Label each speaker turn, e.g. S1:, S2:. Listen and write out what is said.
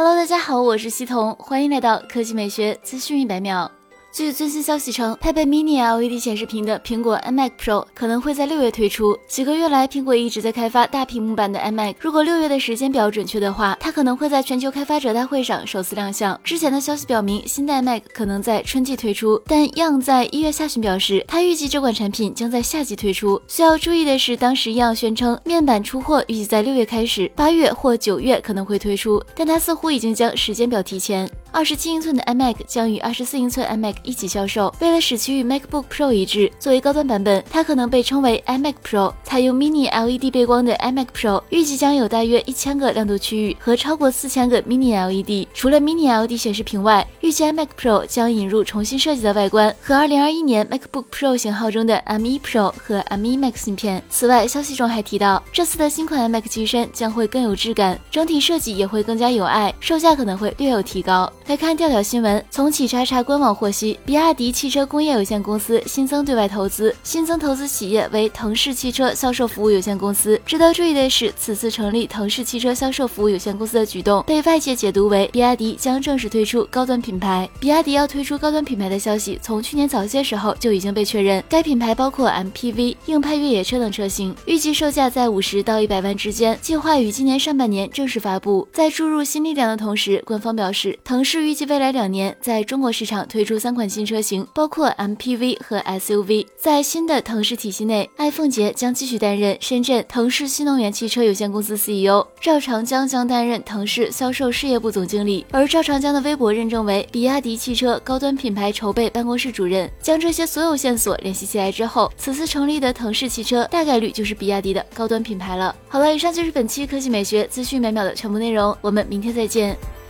S1: Hello， 大家好，我是西彤，欢迎来到科技美学资讯100秒。据最新消息称，配备 Mini LED 显示屏的苹果 iMac Pro 可能会在6月推出。几个月来，苹果一直在开发大屏幕版的 iMac， 如果6月的时间表准确的话，它可能会在全球开发者大会上首次亮相。之前的消息表明，新的 iMac 可能在春季推出，但 Young 在1月下旬表示，他预计这款产品将在夏季推出。需要注意的是，当时 Young 宣称面板出货预计在6月开始，8月或9月可能会推出，但他似乎已经将时间表提前。27英寸的 iMac 将与24英寸 iMac 一起销售。为了使其与 MacBook Pro 一致，作为高端版本，它可能被称为 iMac Pro。采用 Mini LED 背光的 iMac Pro 预计将有大约1000个亮度区域和超过4000个 Mini LED。除了 Mini LED 显示屏外，预计 iMac Pro 将引入重新设计的外观和2021年 MacBook Pro 型号中的 M1 Pro 和 M1 Max 芯片。此外，消息中还提到，这次的新款 iMac 机身将会更有质感，整体设计也会更加有爱，售价可能会略有提高。来看调调新闻，从企查查官网获悉，比亚迪汽车工业有限公司新增对外投资，新增投资企业为腾势汽车销售服务有限公司。值得注意的是，此次成立腾势汽车销售服务有限公司的举动，被外界解读为比亚迪将正式推出高端品牌。比亚迪要推出高端品牌的消息，从去年早些时候就已经被确认。该品牌包括 MPV、硬派越野车等车型，预计售价在50到100万之间，计划于今年上半年正式发布。在注入新力量的同时，官方表示，腾势预计未来2年在中国市场推出3款新车型，包括 MPV 和 SUV。在新的腾势体系内，艾凤杰将继续担任深圳腾势新能源汽车有限公司 CEO， 赵长江将担任腾势销售事业部总经理，而赵长江的微博认证为比亚迪汽车高端品牌筹备办公室主任。将这些所有线索联系起来之后，此次成立的腾势汽车大概率就是比亚迪的高端品牌了。好了，以上就是本期科技美学资讯100秒的全部内容，我们明天再见。